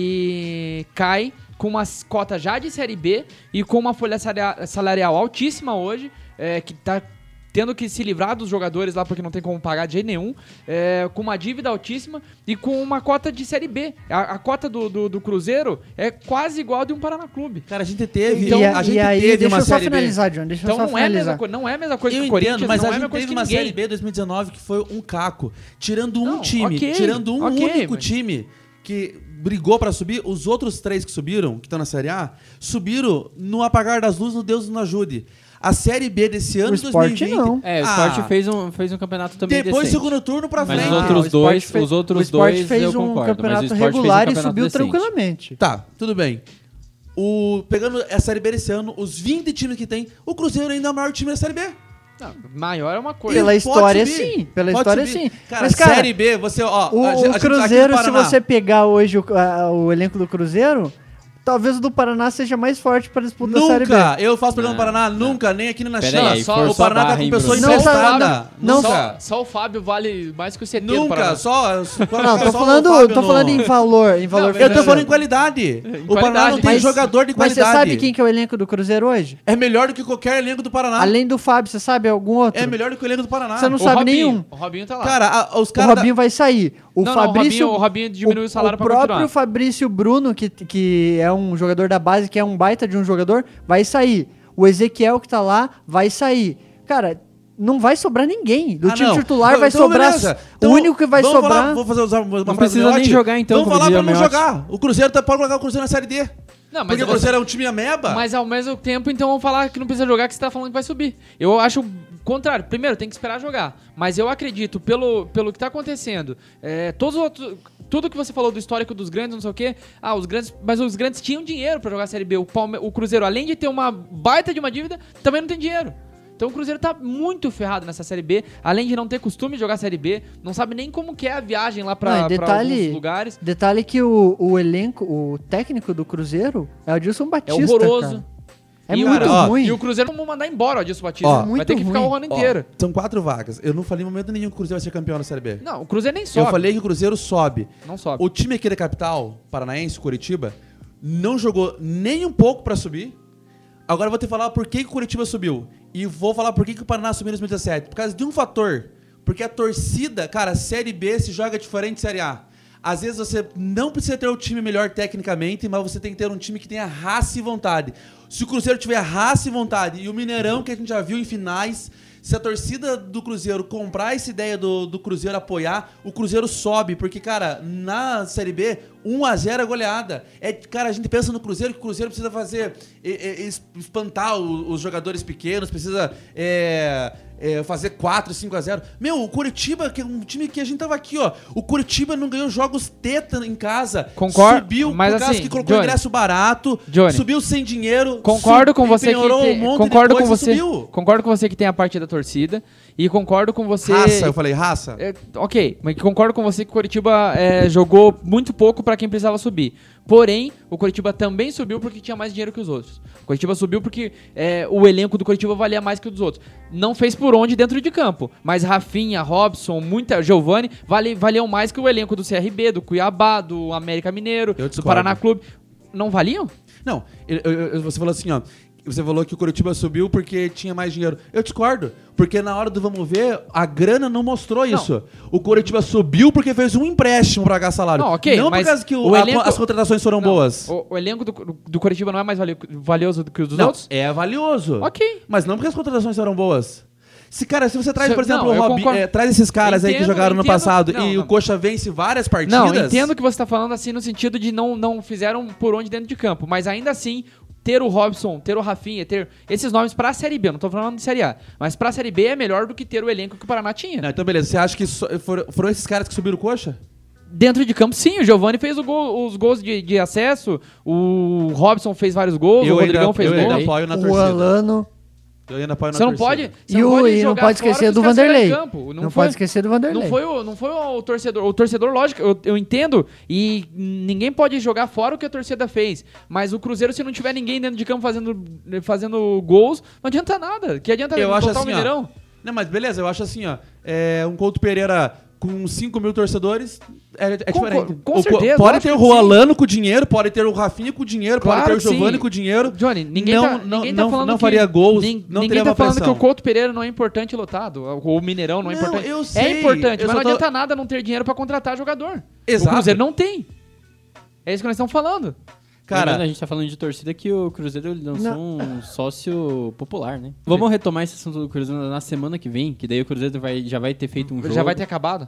ele cai com uma cota já de Série B e com uma folha salarial altíssima hoje, que tá tendo que se livrar dos jogadores lá porque não tem como pagar de jeito nenhum, com uma dívida altíssima e com uma cota de Série B. A cota do Cruzeiro é quase igual a de um Paraná Clube. Cara, a gente teve, Então, a gente teve uma Série B. Deixa eu só finalizar. Não é a mesma coisa Eu que o Corinthians, entendo, mas não a é a mesma gente coisa teve que uma ninguém. Série B 2019 que foi um caco. Tirando um time, ok, tirando um ok, único mas- time que brigou pra subir, os outros 3 que subiram, que estão na Série A, subiram no apagar das luzes, no Deus nos ajude. A Série B desse ano O de Sport 2020... não. O Sport fez um campeonato também Depois decente. segundo turno pra Mas frente. os outros o Sport dois, o Sport fez eu um concordo. Mas o campeonato Sport fez um regular e campeonato subiu decente. tranquilamente. Tá, tudo bem. Pegando a Série B desse ano, os 20 times que tem, o Cruzeiro ainda é o maior time da Série B. Não, maior é uma coisa. Pela Pode história, subir. sim. Pela Pode história, subir. sim. Cara, Mas, cara, Série B, você, ó... o a gente- aqui no Cruzeiro, se Paraná- você pegar hoje o elenco do Cruzeiro, talvez o do Paraná seja mais forte para disputa da Série B. Nunca! Eu faço programa no Paraná, nunca, nem aqui na Pera China. aí, só- forçou O Paraná a tá barra, com hein, pessoa Bruno? emprestada. Não, Nunca. Só o Fábio vale mais que o CT do Nunca, Paraná. Não, tô falando em valor. mas Eu tô financeiro. falando em qualidade. O Paraná qualidade, não tem mas- jogador de Mas qualidade. você sabe quem que é o elenco do Cruzeiro hoje? É melhor do que qualquer elenco do Paraná. Além do Fábio, você sabe algum outro? É melhor do que o elenco do Paraná. Você não O sabe Robinho, nenhum. O Robinho tá lá. Cara, os O caras... Robinho vai sair. O Não, Fabrício, o Robinho diminuiu o salário pra O próprio continuar. Fabrício Bruno, que é um jogador da base, que é um baita de um jogador, vai sair. O Ezequiel que tá lá, vai sair. Cara, não vai sobrar ninguém. Do time titular vai sobrar... beleza. O Então, único que vai vamos sobrar... falar- vou fazer uma Não frase precisa do nem Miotti. jogar, então, Vamos como falar pra diria não o Miotti. jogar. O Cruzeiro pode colocar o Cruzeiro na Série D. Não, mas Porque o Cruzeiro é um time ameba. Mas ao mesmo tempo, então, vamos falar que não precisa jogar, que você tá falando que vai subir. Eu acho o contrário. Primeiro, tem que esperar jogar. Mas eu acredito, pelo que tá acontecendo, tudo que você falou do histórico dos grandes, não sei o quê, mas os grandes tinham dinheiro pra jogar a Série B. O Cruzeiro, além de ter uma baita de uma dívida, também não tem dinheiro. Então o Cruzeiro tá muito ferrado nessa Série B, além de não ter costume de jogar Série B, não sabe nem como que é a viagem lá pra, Não, e pra alguns lugares. Detalhe que o elenco, o técnico do Cruzeiro é o Dilson É Batista, horroroso. cara. É E, muito cara, ruim. E o Cruzeiro vamos mandar embora o Adilson Batista. Ó, vai ter que muito ficar o ruim. ano inteiro. São 4 vagas. Eu não falei em momento nenhum que o Cruzeiro vai ser campeão na Série B. Não, o Cruzeiro nem sobe. Eu falei que o Cruzeiro sobe. Não sobe. O time aqui da capital, paranaense, Curitiba, não jogou nem um pouco pra subir. Agora eu vou te falar por que o Curitiba subiu. E vou falar por que o Paraná subiu em 2017. Por causa de um fator. Porque a torcida, cara, Série B se joga diferente de Série A. às vezes você não precisa ter o time melhor tecnicamente, mas você tem que ter um time que tenha raça e vontade. Se o Cruzeiro tiver raça e vontade e o Mineirão, que a gente já viu em finais, se a torcida do Cruzeiro comprar essa ideia do Cruzeiro apoiar, o Cruzeiro sobe. Porque, cara, na Série B, 1-0 é goleada. Cara, a gente pensa no Cruzeiro, que o Cruzeiro precisa fazer... espantar os jogadores pequenos, precisa... fazer 4, 5-0. Meu, o Curitiba, que é um time que a gente tava aqui, ó. O Curitiba não ganhou jogos teta em casa. Concordo, Subiu mas por causa assim, que colocou Johnny, ingresso barato. Johnny, Subiu sem dinheiro. Concordo com você que concordo com você. Subiu. Concordo com você que tem a parte da torcida e concordo com você. Raça, eu falei, raça. Ok, mas concordo com você que o Coritiba jogou muito pouco pra quem precisava subir. Porém, o Coritiba também subiu porque tinha mais dinheiro que os outros. O Coritiba subiu porque o elenco do Coritiba valia mais que o dos outros. Não fez por onde dentro de campo, mas Rafinha, Robson, Giovani valiam mais que o elenco do CRB, do Cuiabá, do América Mineiro, do Paraná Clube. Não valiam? Não, você falou assim, ó. Você falou que o Curitiba subiu porque tinha mais dinheiro. Eu discordo, porque na hora do vamos ver, a grana não mostrou isso. O Curitiba subiu porque fez um empréstimo pra pagar salário. Não, ok, não mas por causa que as contratações foram boas. O elenco do Curitiba não é mais valioso do que os dos Não, outros? é valioso. Ok. Mas não porque as contratações foram boas. Se você traz, por exemplo, não, o eu Robinho, concordo. traz esses caras aí que jogaram no passado não, e não. o Coxa vence várias partidas. Não, entendo o que você tá falando assim no sentido de não fizeram por onde dentro de campo, mas ainda assim ter o Robson, ter o Rafinha, ter esses nomes pra Série B, eu não tô falando de Série A, mas pra Série B é melhor do que ter o elenco que o Paraná tinha. Não, então beleza, você acha que foram esses caras que subiram o Coxa? Dentro de campo, sim, o Giovani fez os gols de acesso, o Robson fez vários gols, o Rodrigão fez eu ainda gols. apoio na O torcida. Alano. Eu ainda apoio na Você não torcida. pode, E não pode esquecer do Vanderlei. Não pode esquecer do Vanderlei. Não foi o torcedor. O torcedor, lógico, eu entendo. E ninguém pode jogar fora o que a torcida fez. Mas o Cruzeiro, se não tiver ninguém dentro de campo fazendo gols, não adianta nada. Que adianta Eu acho botar assim, o Mineirão? Não, mas beleza, eu acho assim, ó. Um Couto Pereira com 5 mil torcedores é diferente. Com certeza. Pode ter o Rolando com dinheiro, pode ter o Rafinha com dinheiro, Claro pode ter o que Giovani sim. com dinheiro. Johnny, ninguém tá falando não que faria gols, não ninguém teria tá uma falando pressão. que o Couto Pereira não é importante lotado. O Mineirão não é importante. eu sei. É importante, Eu mas só não adianta nada não ter dinheiro pra contratar jogador. Exato. O Cruzeiro não tem. É isso que nós estamos falando. Cara, a gente tá falando de torcida que o Cruzeiro lançou um sócio popular, né? Vamos retomar esse assunto do Cruzeiro na semana que vem, que daí o Cruzeiro já vai ter feito um jogo. Já vai ter acabado?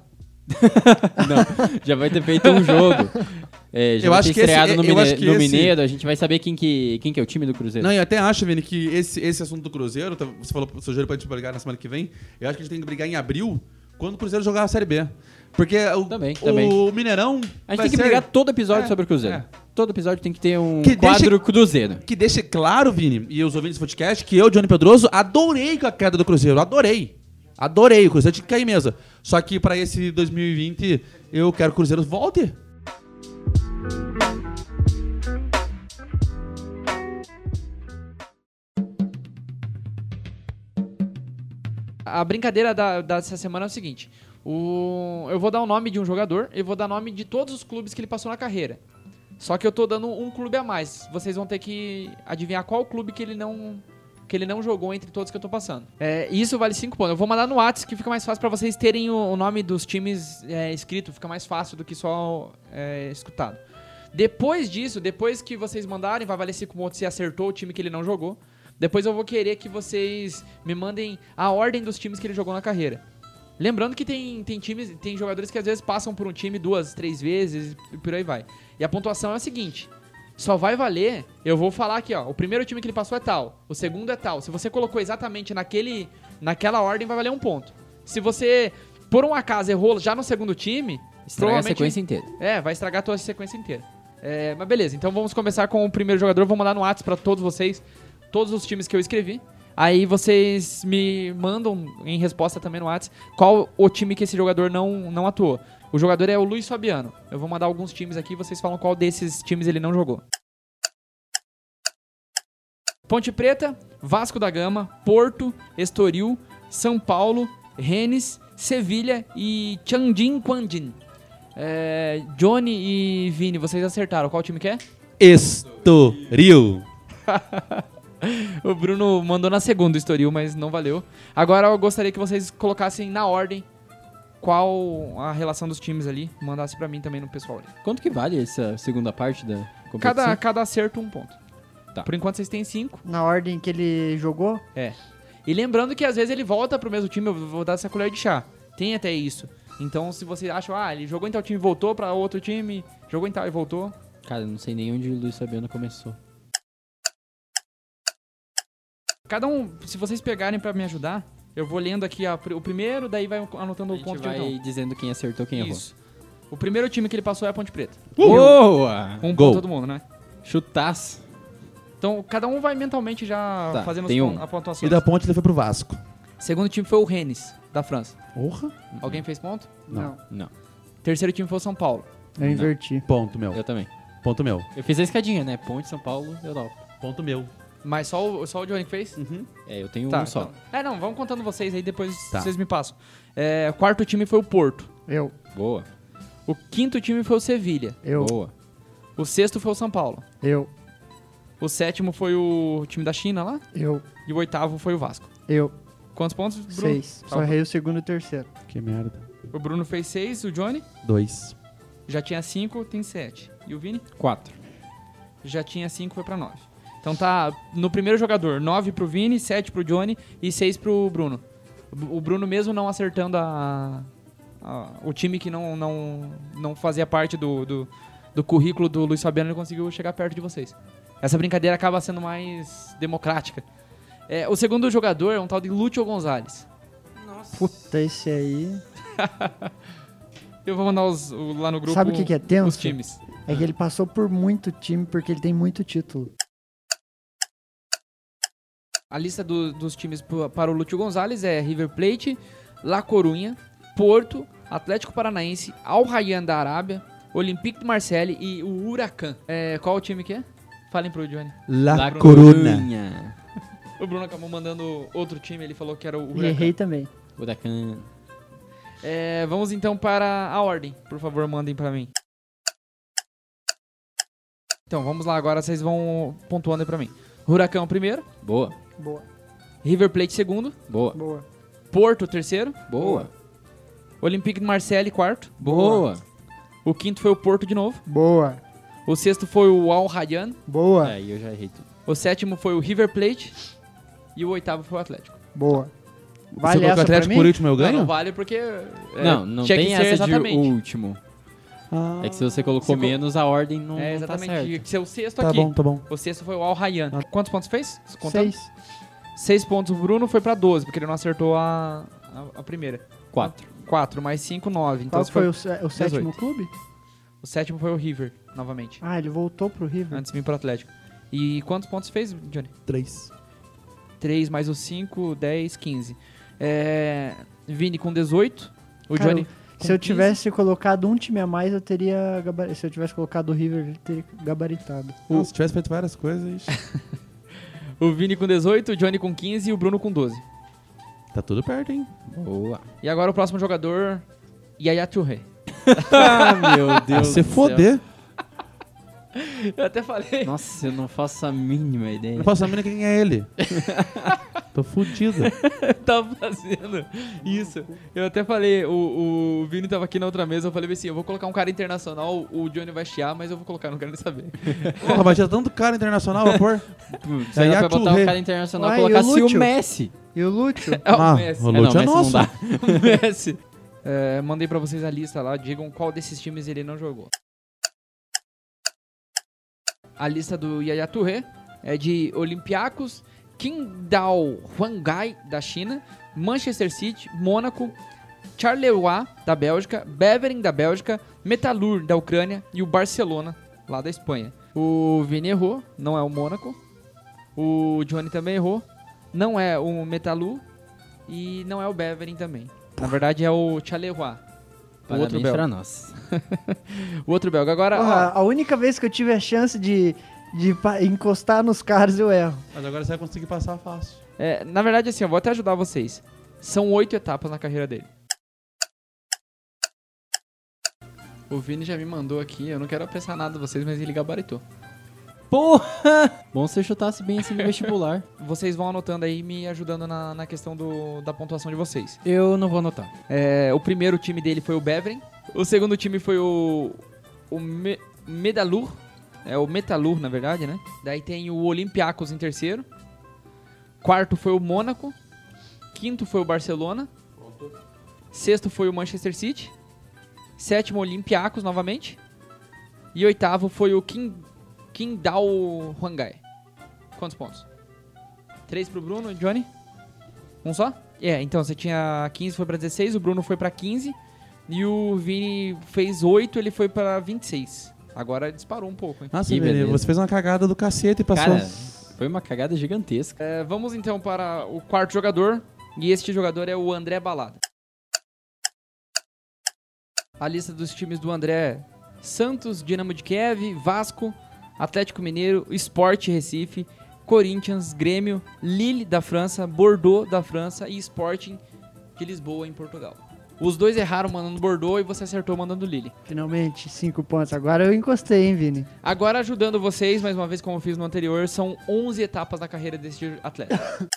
Não, já vai ter feito um jogo. Já Eu vai acho ter que esse- estreado eu acho que no esse- Mineiro, a gente vai saber quem que é o time do Cruzeiro. não, eu até acho, Vini, que esse assunto do Cruzeiro, você falou, sugeriu pra gente brigar na semana que vem, eu acho que a gente tem que brigar em abril, quando o Cruzeiro jogar a Série B. Porque Também. o Mineirão A gente vai tem que ser- brigar todo episódio sobre o Cruzeiro. é. Todo episódio tem que ter um Que quadro deixe- Cruzeiro. Que deixe claro, Vini, e os ouvintes do podcast, que eu, Johnny Pedroso, adorei com a queda do Cruzeiro. Adorei. Adorei. O Cruzeiro tinha que cair mesmo. Só que pra esse 2020, eu quero que o Cruzeiro volte. A brincadeira dessa semana é o seguinte. Eu vou dar o nome de um jogador e vou dar o nome de todos os clubes que ele passou na carreira. Só que eu tô dando um clube a mais. Vocês vão ter que adivinhar qual clube que ele não jogou entre todos que eu tô passando. E isso vale 5 pontos. Eu vou mandar no WhatsApp que fica mais fácil pra vocês terem o nome dos times escrito. Fica mais fácil do que só escutado. Depois disso, depois que vocês mandarem, vai valer 5 pontos se acertou o time que ele não jogou. Depois eu vou querer que vocês me mandem a ordem dos times que ele jogou na carreira. Lembrando que tem jogadores que às vezes passam por um time 2, 3 vezes e por aí vai. E a pontuação é a seguinte: só vai valer, eu vou falar aqui, ó, o primeiro time que ele passou é tal, o segundo é tal. Se você colocou exatamente naquela ordem, vai valer 1 ponto. Se você, por um acaso, errou já no segundo time, Estragar a provavelmente- sequência inteira. vai estragar a tua sequência inteira. Mas beleza, então vamos começar com o primeiro jogador. Vou mandar no WhatsApp pra todos vocês, todos os times que eu escrevi. Aí vocês me mandam em resposta também no WhatsApp qual o time que esse jogador não atuou. O jogador é o Luiz Fabiano. Eu vou mandar alguns times aqui e vocês falam qual desses times ele não jogou. Ponte Preta, Vasco da Gama, Porto, Estoril, São Paulo, Rennes, Sevilha e Tianjin Quanjin. Johnny e Vini, vocês acertaram. Qual time que é? Estoril. O Bruno mandou na segunda o Estoril, mas não valeu. Agora eu gostaria que vocês colocassem na ordem qual a relação dos times ali, mandasse pra mim também no pessoal ali. Quanto que vale essa segunda parte da competição? Cada acerto 1 ponto. Tá. Por enquanto vocês têm 5. Na ordem que ele jogou? E lembrando que às vezes ele volta pro mesmo time, eu vou dar essa colher de chá. Tem até isso. Então se vocês acham, ele jogou em tal time e voltou pra outro time, jogou em tal e voltou. Cara, eu não sei nem onde o Luiz Fabiano começou. Cada um, se vocês pegarem pra me ajudar, eu vou lendo aqui o primeiro, daí vai anotando A o gente ponto vai de então. dizendo quem acertou, quem errou. Isso. O primeiro time que ele passou é a Ponte Preta. Boa! Um Gol. ponto todo mundo, né? Chutaço. Então, cada um vai mentalmente já Tá, fazendo tem a pontuação. E da ponte ele foi pro Vasco. Segundo time foi o Rennes, da França. Porra. Alguém fez ponto? Não. Não, Terceiro time foi o São Paulo. Eu inverti. Ponto meu. eu também. Ponto meu. Eu fiz a escadinha, né? Ponte, São Paulo, Europa. Ponto meu. Mas só o Johnny que fez? É, eu tenho Tá, um só. então. Não, vamos contando vocês aí, depois Tá. vocês me passam. O quarto time foi o Porto. Eu. Boa. O quinto time foi o Sevilha. Eu. Boa. O sexto foi o São Paulo. Eu. O sétimo foi o time da China lá. Eu. E o oitavo foi o Vasco. Eu. Quantos pontos, Bruno? 6. Só errei o segundo e o terceiro. Que merda. O Bruno fez 6, o Johnny 2. já tinha 5, tem 7. E o Vini? 4. Já tinha 5, foi pra 9. Então tá no primeiro jogador, 9 pro Vini, 7 pro Johnny e 6 pro Bruno. O Bruno mesmo não acertando o time que não fazia parte do currículo do Luiz Fabiano, ele conseguiu chegar perto de vocês. Essa brincadeira acaba sendo mais democrática. O segundo jogador é um tal de Lúcio Gonzalez. Puta, esse aí. Eu vou mandar lá no grupo. Sabe o que é tenso? Os times. É que ele passou por muito time porque ele tem muito título. A lista dos times para o Lúcio Gonzalez é River Plate, La Coruña, Porto, Atlético Paranaense, Al Rayyan da Arábia, Olympique de Marseille e o Huracan. Qual o time que é? Falem pro Johnny. La Coruna. Coruna. O Bruno acabou mandando outro time, ele falou que era o E Huracan. errei também. Huracan. Vamos então para a ordem. Por favor, mandem para mim. Então, vamos lá agora, vocês vão pontuando aí pra mim. Huracan primeiro, Boa. Boa. River Plate segundo, Boa. Boa. Porto terceiro, Boa. Olympique de Marseille quarto, Boa. o quinto foi o Porto de novo, Boa. o sexto foi o Al Rayyan, Boa. Aí eu já errei tudo. o sétimo foi o River Plate e o oitavo foi o Atlético. Boa. Você Vale colocou o essa pra Atlético mim? por último, eu Não, ganho? não vale porque Não tinha tem que ser essa exatamente. de último. Ah, É que se você colocou Se co- menos, a ordem não, não tá Exatamente, certa. tinha que ser o sexto tá aqui. bom, tá bom. O sexto foi o Al Rayyan. Quantos pontos fez? Contando? 6. 6 pontos o Bruno, foi pra 12, porque ele não acertou a primeira. 4. 4 mais 5, 9. Então Qual esse foi o sétimo 18. clube? O sétimo foi o River, novamente. Ah, ele voltou pro River. Antes de vir pro Atlético. E quantos pontos fez, Johnny? 3. 3 mais os 5, 10, 15. Vini com 18. O Cara, Johnny com Se eu 15. tivesse colocado um time a mais, eu teria gabaritado. Se eu tivesse colocado o River, eu teria gabaritado. Se tivesse feito várias coisas, O Vini com 18, o Johnny com 15 e o Bruno com 12. tá tudo perto, hein? Boa. E agora o próximo jogador, Yaya Touré. Ah, meu Ah, Deus. se do céu. foder. Eu até falei. Nossa, eu não faço a mínima ideia. Não faço a mínima quem é ele. Tô fudido. Eu tava fazendo isso. Eu até falei, o Vini tava aqui na outra mesa, eu falei assim, eu vou colocar um cara internacional, o Johnny vai chiar, mas eu vou colocar, não quero nem saber. Porra, mas tinha tanto cara internacional, vou pôr. Você dá Yaya pra botar Touré. o cara internacional, Uai, colocasse e o o Lúcio? Messi. E o Lúcio? É o Ah, Messi. o não, Lúcio é Messi nosso. não dá. O Messi. Mandei pra vocês a lista lá, digam qual desses times ele não jogou. A lista do Yaya Touré é de Olympiacos, Qingdao Huanghai da China, Manchester City, Mônaco, Charleroi da Bélgica, Beveren da Bélgica, Metalurg da Ucrânia e o Barcelona lá da Espanha. O Vini errou, não é o Mônaco. O Johnny também errou, não é o Metalurg e não é o Beveren também. Na verdade é o Charleroi. O outro Parabéns belga. pra nós. O outro belga. Agora, Porra, ó, a única vez que eu tive a chance de encostar nos caras, eu erro. Mas agora você vai conseguir passar fácil. na verdade, assim, eu vou até ajudar vocês. São 8 etapas na carreira dele. O Vini já me mandou aqui, eu não quero apressar nada de vocês, mas ele gabaritou. Porra! Bom se eu chutasse bem assim no vestibular. Vocês vão anotando aí, me ajudando na questão da pontuação de vocês. Eu não vou anotar. O primeiro time dele foi o Beveren. O segundo time foi o Medalur. É o Metalur, na verdade, né? Daí tem o Olympiacos em terceiro. Quarto foi o Mônaco. Quinto foi o Barcelona. Sexto foi o Manchester City. Sétimo, Olympiacos novamente. E oitavo foi o Qingdao Huangai. Quantos pontos? 3 pro Bruno, Johnny? Um só? Então você tinha 15, foi pra 16, o Bruno foi pra 15 e o Vini fez 8, ele foi pra 26. Agora disparou um pouco, hein? Nossa, Que Vini, beleza. você fez uma cagada do cacete e passou. Cara, foi uma cagada gigantesca. Vamos então para o quarto jogador. E este jogador é o André Balada. A lista dos times do André é Santos, Dinamo de Kiev, Vasco, Atlético Mineiro, Sport Recife, Corinthians, Grêmio, Lille da França, Bordeaux da França e Sporting de Lisboa em Portugal. Os dois erraram mandando Bordeaux e você acertou mandando Lille. Finalmente, 5 pontos. Agora eu encostei, hein, Vini? Agora ajudando vocês, mais uma vez como eu fiz no anterior, são 11 etapas da carreira deste atleta.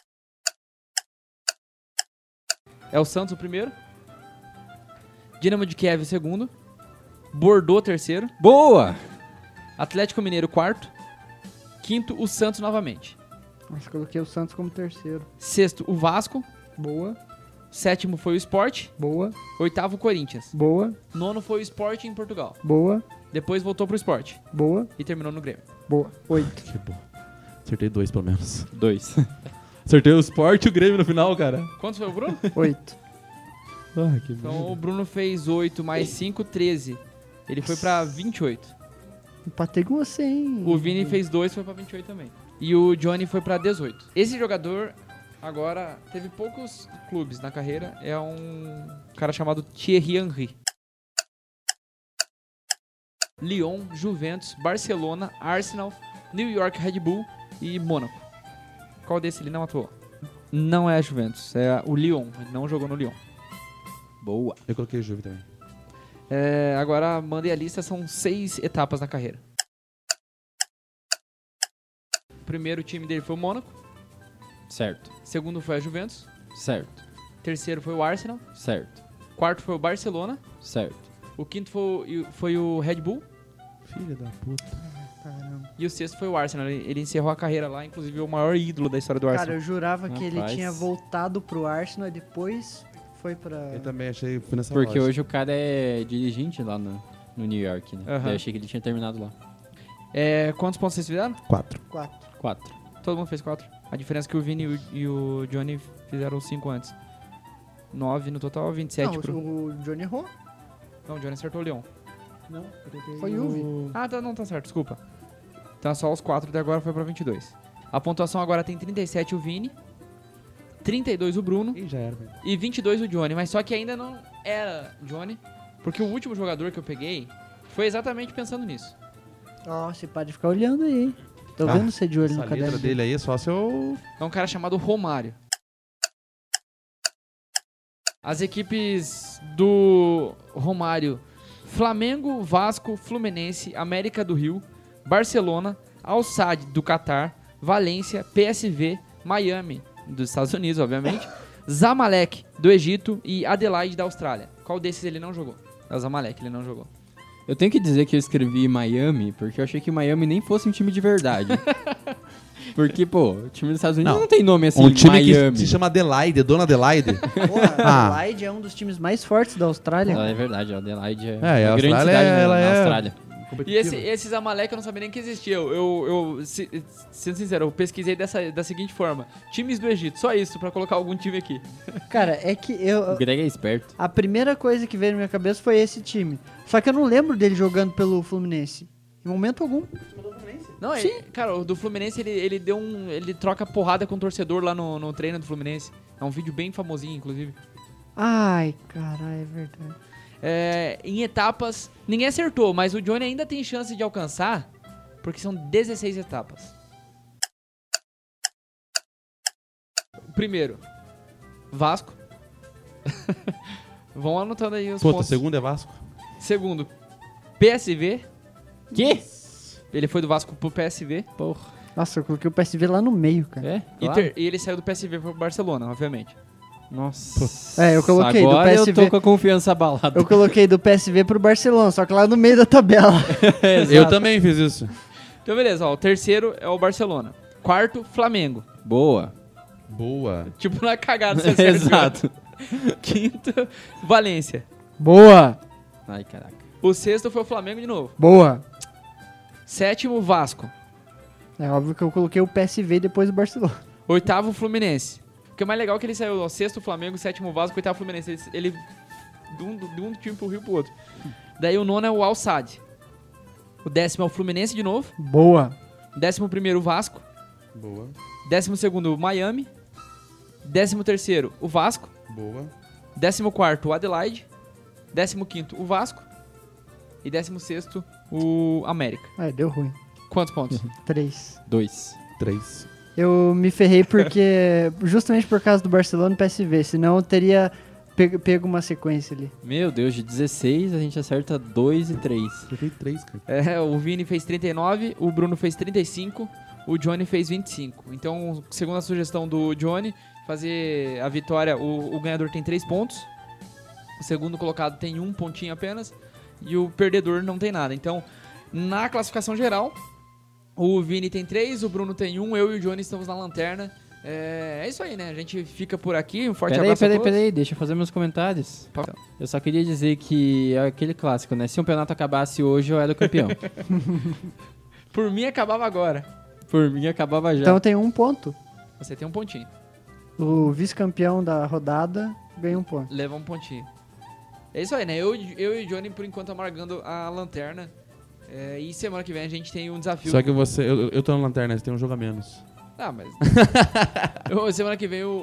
É o Santos o primeiro, Dinamo de Kiev o segundo, Bordeaux terceiro, Boa! Atlético Mineiro quarto, quinto o Santos novamente, Nossa, coloquei o Santos como terceiro. sexto o Vasco, Boa, sétimo foi o Sport, boa, oitavo o Corinthians, boa, nono foi o Sport em Portugal, boa, depois voltou pro Sport boa, e terminou no Grêmio. boa. 8. Que bom. Acertei 2 pelo menos. 2. Acertei o Sport e o Grêmio no final, cara. Quantos foi o Bruno? 8. Ah, que bom. Então o Bruno fez 8 mais 5, 13. Ele foi pra 28. Empatei com você, hein? O Vini fez 2, foi pra 28 também. E o Johnny foi pra 18. Esse jogador agora teve poucos clubes na carreira. É um cara chamado Thierry Henry. Lyon, Juventus, Barcelona, Arsenal, New York Red Bull e Mônaco. Qual desse ele não atuou? Não é a Juventus, é o Lyon. Ele não jogou no Lyon. Boa. Eu coloquei o Juve também. Agora mandei a lista, são 6 etapas na carreira. O primeiro time dele foi o Mônaco. Certo. Segundo foi a Juventus. Certo. Terceiro foi o Arsenal. Certo. Quarto foi o Barcelona. Certo. O quinto foi o Red Bull. Filha da puta. Caramba. E o sexto foi o Arsenal. Ele encerrou a carreira lá, inclusive o maior ídolo da história do Cara, Arsenal. eu jurava que ele Rapaz. tinha voltado pro Arsenal e depois foi pra... Eu também achei, fui nessa Porque lógica. hoje o cara é dirigente lá no New York, né? Aham. Daí eu achei que ele tinha terminado lá. Quantos pontos vocês fizeram? 4. 4. 4. Todo mundo fez 4. A diferença é que o Vini e o Johnny fizeram 5 antes. 9 no total, 27 Não, pro... o Johnny errou. Não, o Johnny acertou o Leon. Não, Foi Juve. Ah, tá certo, desculpa. Então só os 4 de agora foi pra 22. A pontuação agora tem 37 o Vini, 32 o Bruno Ih, já era, velho. e 22 o Johnny. Mas só que ainda não era Johnny, porque o último jogador que eu peguei foi exatamente pensando nisso. Ó, você pode ficar olhando aí, hein? Tô Ah, vendo você de olho Essa no letra caderno dele aí é só se eu... É um cara chamado Romário. As equipes do Romário: Flamengo, Vasco, Fluminense, América do Rio, Barcelona, Al Sadd do Catar, Valência, PSV, Miami dos Estados Unidos, obviamente, Zamalek do Egito e Adelaide da Austrália. Qual desses ele não jogou? É o Zamalek, ele não jogou. Eu tenho que dizer que eu escrevi Miami porque eu achei que Miami nem fosse um time de verdade. Porque, pô, o time dos Estados Unidos não tem nome assim, Um time Miami. que se chama Adelaide, Dona Adelaide. Porra, Ah. Adelaide é um dos times mais fortes da Austrália. É verdade, a Adelaide é, É, e a uma grande Austrália, cidade ela na é- Austrália. E esse Zamalek eu não sabia nem que existia. Sendo sincero, eu pesquisei da seguinte forma: times do Egito, só isso, pra colocar algum time aqui. Cara, é que O Greg é esperto. a primeira coisa que veio na minha cabeça foi esse time. Só que eu não lembro dele jogando pelo Fluminense. Em momento algum. Não, cara, o do Fluminense ele troca porrada com o torcedor lá no treino do Fluminense. É um vídeo bem famosinho, inclusive. Ai, caralho, é verdade. Em etapas, ninguém acertou, mas o Johnny ainda tem chance de alcançar, porque são 16 etapas. Primeiro, Vasco. Vão anotando aí os Puta, pontos. segundo é Vasco. Segundo, PSV. Que? Ele foi do Vasco pro PSV. Porra. Nossa, eu coloquei o PSV lá no meio, cara. É? E, Claro. e ele saiu do PSV pro Barcelona, obviamente. Nossa. É, eu coloquei do Agora eu PSV. tô com a confiança abalada. Eu coloquei do PSV pro Barcelona, só que lá no meio da tabela. Eu também fiz isso. Então, beleza, ó. O terceiro é o Barcelona. Quarto, Flamengo. Boa. Boa. Tipo, na cagada você acertou. Exato. Quinto, Valência. Boa, Ai, caraca. O sexto foi o Flamengo de novo. boa. Sétimo, Vasco. É óbvio que eu coloquei o PSV depois do Barcelona. Oitavo, Fluminense. O que é mais legal é que ele saiu, ó, sexto Flamengo, sétimo Vasco, oitavo Fluminense. Ele de um time pro Rio pro outro. Daí o nono é o Al Sadd. O décimo é o Fluminense de novo. Boa. 11º, o Vasco. Boa. 12º, o Miami. 13º, o Vasco. Boa. 14º, o Adelaide. 15º, o Vasco. E 16º, o América. Ah, deu ruim. Quantos pontos? 3. 2. 3. Eu me ferrei porque... justamente por causa do Barcelona e PSV. Senão eu teria pego uma sequência ali. Meu Deus, de 16 a gente acerta 2 e 3. Acertei 3, cara. É, o Vini fez 39, o Bruno fez 35, o Johnny fez 25. Então, segundo a sugestão do Johnny, fazer a vitória, o ganhador tem 3 pontos, o segundo colocado tem 1 pontinho apenas, e o perdedor não tem nada. Então, na classificação geral, o Vini tem 3, o Bruno tem 1, eu e o Johnny estamos na lanterna. É isso aí, né? A gente fica por aqui, um forte abraço a todos. Peraí, deixa eu fazer meus comentários. Eu só queria dizer que é aquele clássico, né? Se o campeonato acabasse hoje, eu era o campeão. Por mim, acabava agora. Por mim, acabava já. Então tem 1 ponto. Você tem 1 pontinho. O vice-campeão da rodada ganha 1 ponto. Leva 1 pontinho. É isso aí, né? Eu e o Johnny, por enquanto, amargando a lanterna. E semana que vem a gente tem um desafio. Só que eu tô na lanterna, você tem um jogo a menos. Ah, mas... semana que vem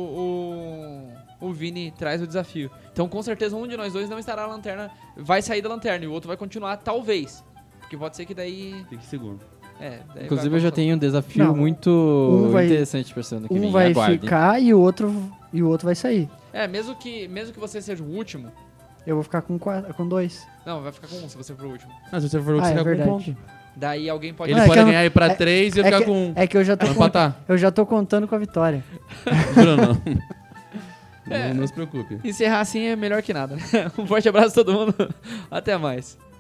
o Vini traz o desafio. Então, com certeza, um de nós dois não estará na lanterna. Vai sair da lanterna e o outro vai continuar, talvez. Porque pode ser que daí... Fique segundo. Daí Inclusive, eu já tenho um desafio Não, muito vai- interessante pra semana que vem. Um vai Aguardem. ficar e o outro vai sair. Mesmo que você seja o último... Eu vou ficar com 2. Não, vai ficar com 1 se você for o último. Ah, se você for o que Ah, você é fica com verdade. ponto. Daí alguém pode... Ele Ah, é pode que eu não- ganhar ir pra 3 e eu ficar com 1. É que eu já tô Vai empatar. eu já tô contando com a vitória. Bruno. É. Não se preocupe. Encerrar assim é melhor que nada. Um forte abraço a todo mundo. Até mais.